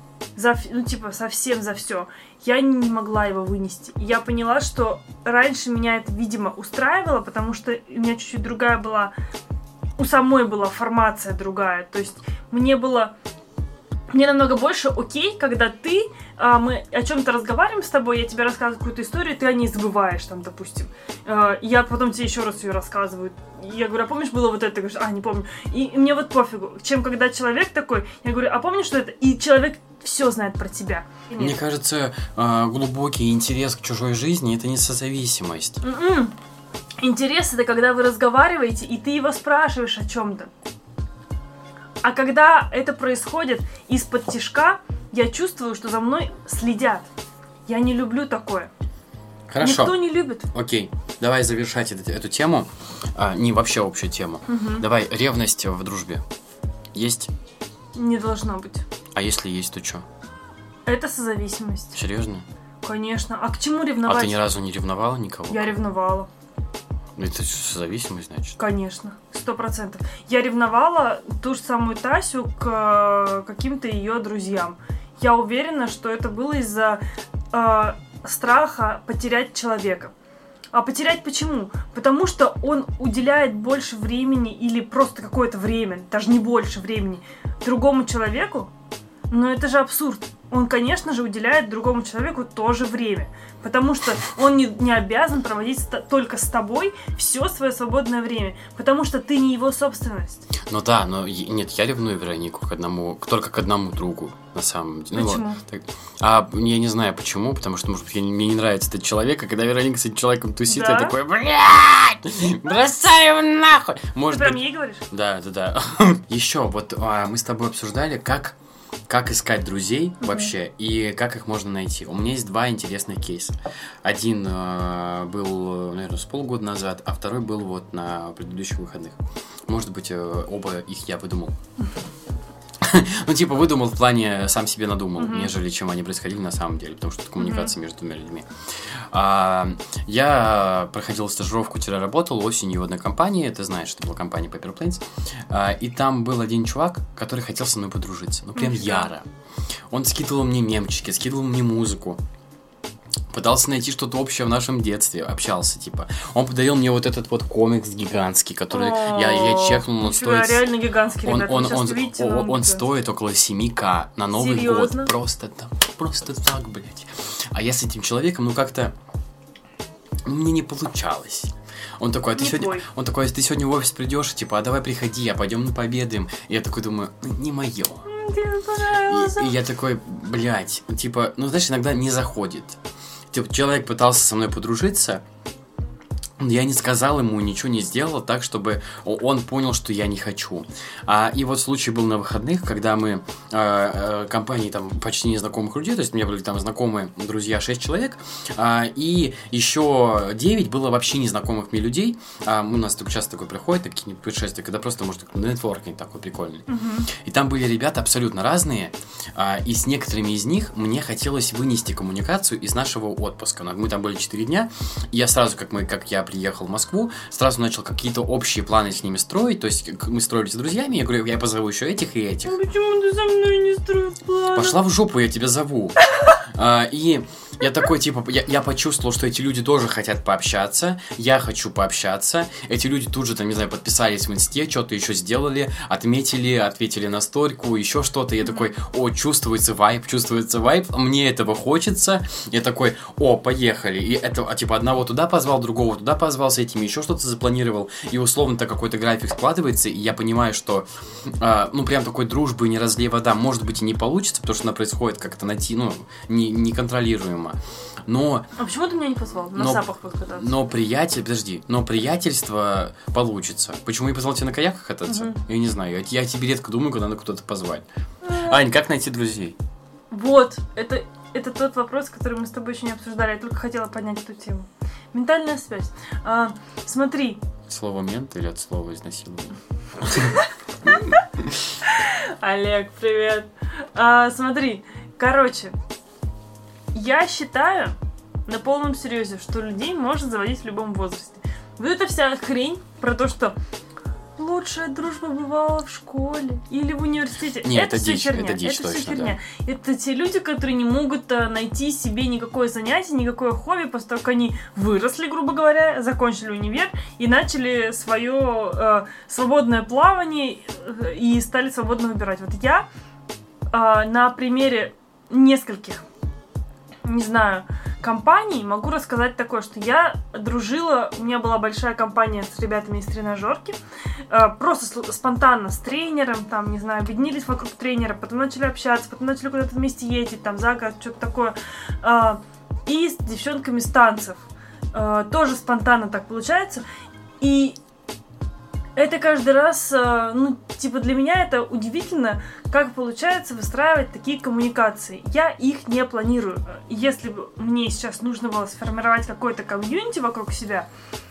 совсем за все, я не могла его вынести. И я поняла, что раньше меня это, видимо, устраивало, потому что у меня чуть-чуть другая была... У самой была формация другая. То есть мне намного больше окей, когда мы о чем-то разговариваем с тобой, я тебе рассказываю какую-то историю, ты о ней забываешь, там, допустим. Я потом тебе еще раз ее рассказываю. Я говорю, а помнишь, было вот это? Ты говоришь, не помню. И мне вот пофигу. Чем когда человек такой, я говорю, а помнишь, что это? И человек все знает про тебя. Мне кажется, глубокий интерес к чужой жизни — это не созависимость. Интерес — это когда вы разговариваете, и ты его спрашиваешь о чем-то. А когда это происходит из-под тишка, я чувствую, что за мной следят. Я не люблю такое. Хорошо. Никто не любит. Окей, давай завершать эту тему. Не вообще общую тему. Давай, ревность в дружбе. Есть? Не должно быть. А если есть, то что? Это созависимость. Серьезно? Конечно. А к чему ревновать? А ты ни разу не ревновала никого? Я ревновала. Это созависимость, значит? Конечно, 100%. Я ревновала ту же самую Тасю к каким-то ее друзьям. Я уверена, что это было из-за страха потерять человека. А потерять почему? Потому что он уделяет больше времени или просто какое-то время, даже не больше времени, другому человеку. Но это же абсурд. Он, конечно же, уделяет другому человеку тоже время. Потому что он не обязан проводить только с тобой все свое свободное время. Потому что ты не его собственность. Ну да, но нет, я ревную Веронику только к одному другу, на самом деле. Почему? Я не знаю почему, потому что, может быть, мне не нравится этот человек, а когда Вероника с этим человеком тусит, Да? я такой, блядь, бросай его нахуй. Может Ты прям быть... ей говоришь? Да. Еще, вот мы с тобой обсуждали, как искать друзей вообще и как их можно найти. У меня есть 2 интересных кейса. Один был, наверное, с полгода назад, а второй был вот на предыдущих выходных. Может быть, оба их я выдумал. Ну, типа, выдумал в плане сам себе надумал, нежели чем они происходили на самом деле, потому что это коммуникация между двумя людьми. Я проходил стажировку-работал осенью в одной компании, ты знаешь, это была компания Paper Planes, и там был один чувак, который хотел со мной подружиться, ну, прям яро. Он скидывал мне мемчики, скидывал мне музыку. Пытался найти что-то общее в нашем детстве, общался, типа. Он подарил мне вот этот вот комикс гигантский, который я чекнул, он стоит... реально гигантский, ребята, он стоит около 7К на Новый Серьезно? год. Просто так, блядь. А я с этим человеком, ну, как-то... Ну, мне не получалось. Он такой, ты сегодня в офис придешь, типа, а давай приходи, а пойдем пообедаем. И я такой думаю, не мое. И я такой, блядь, типа, ну, знаешь, иногда не заходит. Типа, человек пытался со мной подружиться, я не сказал ему, ничего не сделал так, чтобы он понял, что я не хочу. И вот случай был на выходных, когда мы компании там почти незнакомых людей, то есть у меня были там знакомые друзья 6 человек, и еще 9 было вообще незнакомых мне людей. У нас только часто такое проходит, такие путешествия, когда просто, может, нетворкинг такой прикольный. И там были ребята абсолютно разные, и с некоторыми из них мне хотелось вынести коммуникацию из нашего отпуска. Мы там были 4 дня, и я сразу, как я приехал в Москву, сразу начал какие-то общие планы с ними строить, то есть мы строились с друзьями, я говорю, я позову еще этих и этих. Почему ты со мной не строишь планы? Пошла в жопу, я тебя зову. И я такой, типа, я почувствовал, что эти люди тоже хотят пообщаться, я хочу пообщаться, эти люди тут же, там, не знаю, подписались в инсте, что-то еще сделали, ответили на сторьку, еще что-то, я такой, чувствуется вайб, мне этого хочется, я такой, поехали, и это, типа, одного туда позвал, другого туда позвал, с этими еще что-то запланировал, и условно-то какой-то график складывается, и я понимаю, что, прям такой дружбы, не разлей вода, может быть, и не получится, потому что она происходит как-то неконтролируемо. Но... А почему ты меня не позвал? На сапах покататься. Но приятельство получится. Почему я позвал тебя на каяках кататься? Я не знаю. Я тебе редко думаю, когда надо куда-то позвать. Ань, как найти друзей? Вот, это тот вопрос, который мы с тобой еще не обсуждали. Я только хотела поднять эту тему. Ментальная связь. Смотри. Слово мент или от слова изнасилование? Олег, привет. Смотри, короче, я считаю на полном серьезе, что людей можно заводить в любом возрасте. Вот эта вся хрень про то, что лучшая дружба бывала в школе или в университете. Нет, это дичь, точно, да. Это те люди, которые не могут найти себе никакое занятие, никакое хобби, после того, как они выросли, грубо говоря, закончили универ и начали свое свободное плавание и стали свободно выбирать. Вот я на примере нескольких, не знаю, компаний могу рассказать такое, что я дружила, у меня была большая компания с ребятами из тренажерки, просто спонтанно с тренером, там, не знаю, объединились вокруг тренера, потом начали общаться, потом начали куда-то вместе ездить, там, за город, что-то такое, и с девчонками с танцев, тоже спонтанно так получается, и это каждый раз, для меня это удивительно, как получается выстраивать такие коммуникации. Я их не планирую. Если бы мне сейчас нужно было сформировать какой-то комьюнити вокруг себя,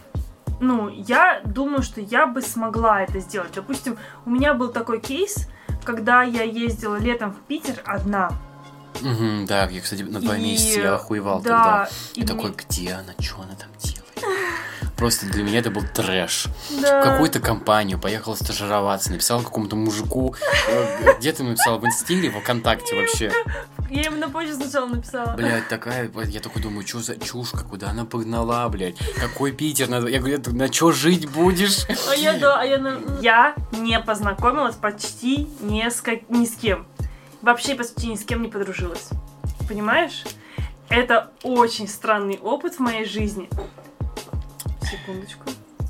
я думаю, что я бы смогла это сделать. Допустим, у меня был такой кейс, когда я ездила летом в Питер одна. Да, я, кстати, на 2 месяца я охуевал тогда. И такой, где она, что она там делает? Просто для меня это был трэш. Да. В какую-то компанию поехала стажироваться, написала какому-то мужику. Где ты написала, в Инсте или в ВКонтакте вообще? Я ему на почту сначала написала. Блядь, такая, я только думаю, что за чушка, куда она погнала, блядь? Какой Питер? Я говорю, на что жить будешь? Я не познакомилась почти ни с кем. Вообще почти ни с кем не подружилась. Понимаешь? Это очень странный опыт в моей жизни. Секундочку.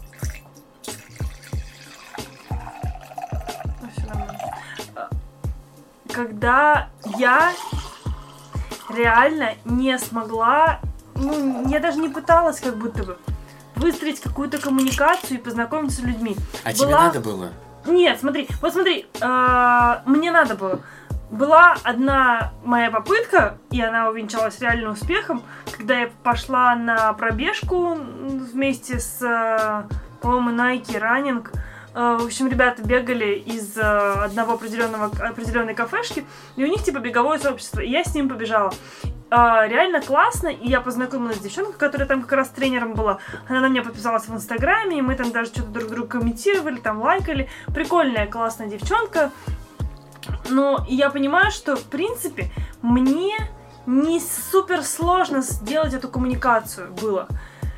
Когда я реально не смогла, я даже не пыталась как будто бы выстроить какую-то коммуникацию и познакомиться с людьми. А тебе надо было? Нет, смотри, мне надо было. Была одна моя попытка, и она увенчалась реальным успехом, когда я пошла на пробежку вместе с, по-моему, Nike Running. В общем, ребята бегали из одного определенной кафешки, и у них типа беговое сообщество, и я с ним побежала. Реально классно, и я познакомилась с девчонкой, которая там как раз тренером была. Она на меня подписалась в Инстаграме, и мы там даже что-то друг другу комментировали, там лайкали. Прикольная, классная девчонка. Но я понимаю, что, в принципе, мне не супер сложно сделать эту коммуникацию было.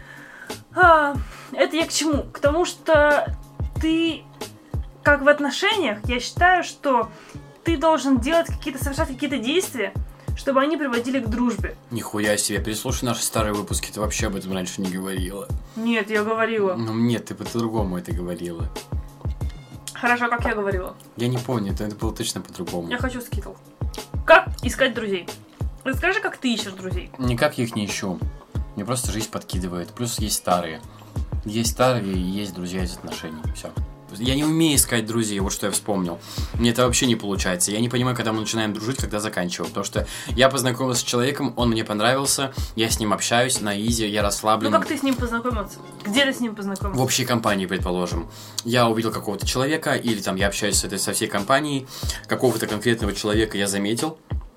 Это я к чему? К тому, что ты, как в отношениях, я считаю, что ты должен совершать какие-то действия, чтобы они приводили к дружбе. Нихуя себе, переслушай наши старые выпуски, ты вообще об этом раньше не говорила. Нет, я говорила. Нет, ты по-другому это говорила. Хорошо, как я говорила? Я не помню, это было точно по-другому. Я хочу скитл. Как искать друзей? Расскажи, как ты ищешь друзей. Никак я их не ищу. Мне просто жизнь подкидывает. Плюс есть старые. Есть старые и есть друзья из отношений. Все. Я не умею искать друзей, вот что я вспомнил. Мне это вообще не получается. Я не понимаю, когда мы начинаем дружить, когда заканчиваем. Потому что я познакомился с человеком, он мне понравился, я с ним общаюсь на изи, я расслаблен. Ну как ты с ним познакомился? Где ты с ним познакомился? В общей компании, предположим. Я увидел какого-то человека, или там я общаюсь со всей компанией, какого-то конкретного человека я заметил.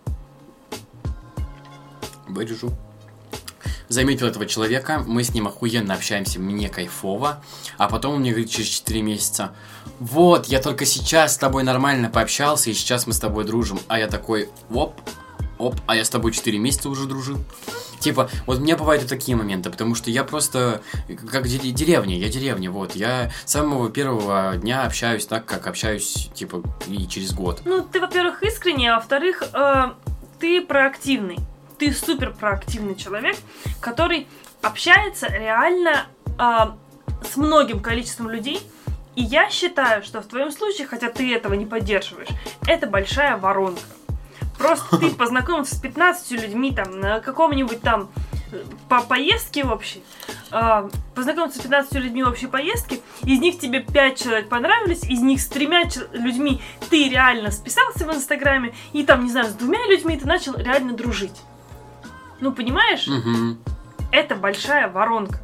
Вырежу. Заметил этого человека, мы с ним охуенно общаемся, мне кайфово. А потом он мне говорит через 4 месяца: вот, я только сейчас с тобой нормально пообщался, и сейчас мы с тобой дружим. А я такой: оп, а я с тобой 4 месяца уже дружил. Типа, вот у меня бывают и такие моменты, потому что я просто, как деревня, вот. Я с самого первого дня общаюсь так, как общаюсь, типа, и через год. Ну, ты, во-первых, искренний, а во-вторых, ты проактивный. Ты супер проактивный человек, который общается реально с многим количеством людей. И я считаю, что в твоем случае, хотя ты этого не поддерживаешь, это большая воронка. Просто ты познакомился с 15 людьми там на каком-нибудь там по поездке общей, познакомился с 15 людьми в общей поездке, из них тебе 5 человек понравились, из них с 3 людьми ты реально списался в Инстаграме, и там, не знаю, с 2 людьми ты начал реально дружить. Ну, понимаешь? Угу. Это большая воронка.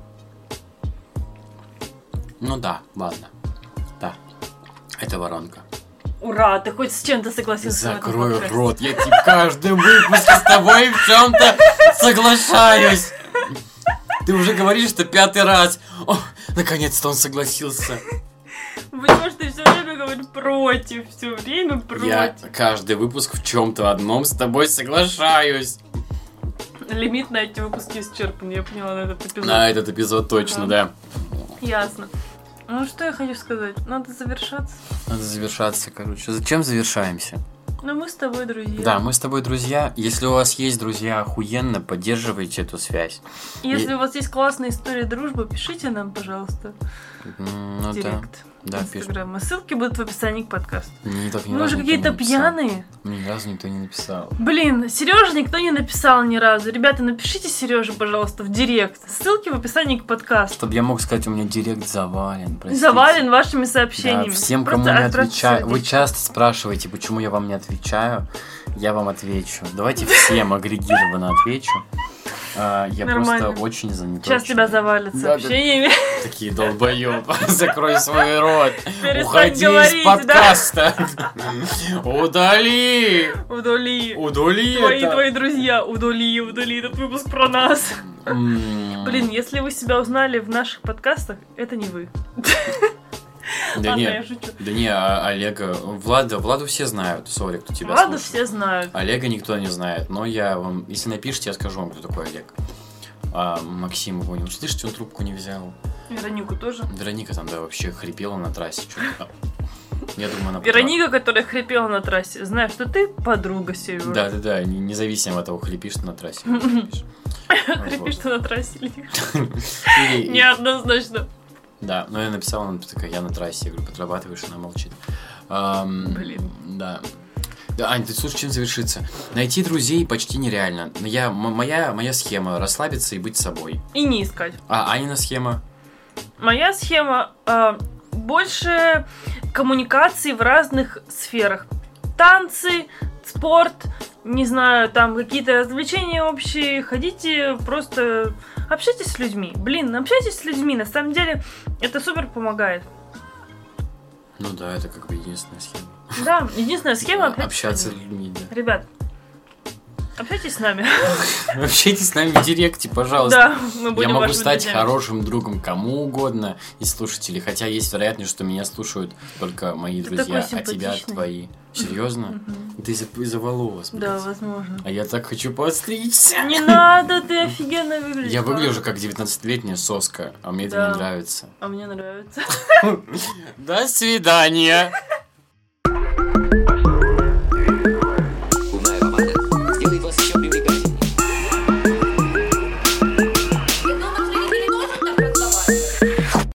Ну да, ладно. Да, это воронка. Ура, ты хоть с чем-то согласился? Закрой рот, я тебе каждый выпуск с тобой в чем-то соглашаюсь. Ты уже говоришь, что 5-й раз. О, наконец-то он согласился. Потому что ты все время говоришь против, все время против. Я каждый выпуск в чем-то одном с тобой соглашаюсь. Лимит на эти выпуски исчерпан, я поняла, на этот эпизод. На этот эпизод точно, да. Ясно. Ну, что я хочу сказать? Надо завершаться. Надо завершаться, короче. Зачем завершаемся? Ну, мы с тобой друзья. Да, мы с тобой друзья. Если у вас есть друзья, охуенно, поддерживайте эту связь. Если у вас есть классная история дружбы, пишите нам, пожалуйста, в директ. Да, Инстаграма. Ссылки будут в описании к подкасту. Мы уже какие-то пьяные. Мне ни разу никто не написал. Блин, Сережа никто не написал ни разу. Ребята, напишите Сереже, пожалуйста, в директ. Ссылки в описании к подкасту. Чтобы я мог сказать, у меня директ завален. Простите. Завален вашими сообщениями. Да, всем, кому не отвечаю. Вы часто спрашиваете, почему я вам не отвечаю. Я вам отвечу. Давайте всем агрегированно отвечу. Я Нормально. Просто очень занят. Сейчас тебя завалят сообщениями. Такие долбоёб. Закрой свой рот. Перестань Уходи говорить, из подкаста. Удали. Твои друзья, удали этот выпуск про нас. Блин, если вы себя узнали в наших подкастах, это не вы. Да Ладно, не, я шучу. да не, Олега, Владу все знают, сори, кто тебя Владу слушает. все знают. Олега никто не знает, но я вам, если напишите, я скажу вам, кто такой Олег. Максим его не слышите, он трубку не взял. Веронику тоже. Вероника там, да, вообще хрипела на трассе. Что-то. Я думаю, она... Вероника, которая хрипела на трассе. Знаешь, что ты подруга Сережи. Да, независимо от того, хрипишь ты на трассе. Хрипишь ты на трассе или нет? И- Неоднозначно. Да, но я написал, она такая, я на трассе. Я говорю, подрабатываешь, она молчит. Блин. Да. Да, Ань, ты слушай, чем завершится? Найти друзей почти нереально. Моя схема — расслабиться и быть собой. И не искать. А Анина схема? Моя схема больше коммуникаций в разных сферах. Танцы, спорт, не знаю, там какие-то развлечения общие. Ходите, просто общайтесь с людьми. Блин, общайтесь с людьми. На самом деле это супер помогает. Ну да, это как бы единственная схема. Да, единственная схема Общаться с людьми, да. Ребят, общайтесь с нами. Общайтесь с нами в директе, пожалуйста. Да, мы будем Я могу вашими стать друзьями. хорошим другом кому угодно из слушателей, хотя есть вероятность, что меня слушают только мои Ты друзья, такой а тебя симпатичный. твои. Серьезно? Это из-за волос, блядь. Да, возможно. А я так хочу подстричься. Не надо, ты офигенно выглядишь. Я выгляжу как 19-летняя соска, а мне это Да. не нравится. А мне нравится. До свидания.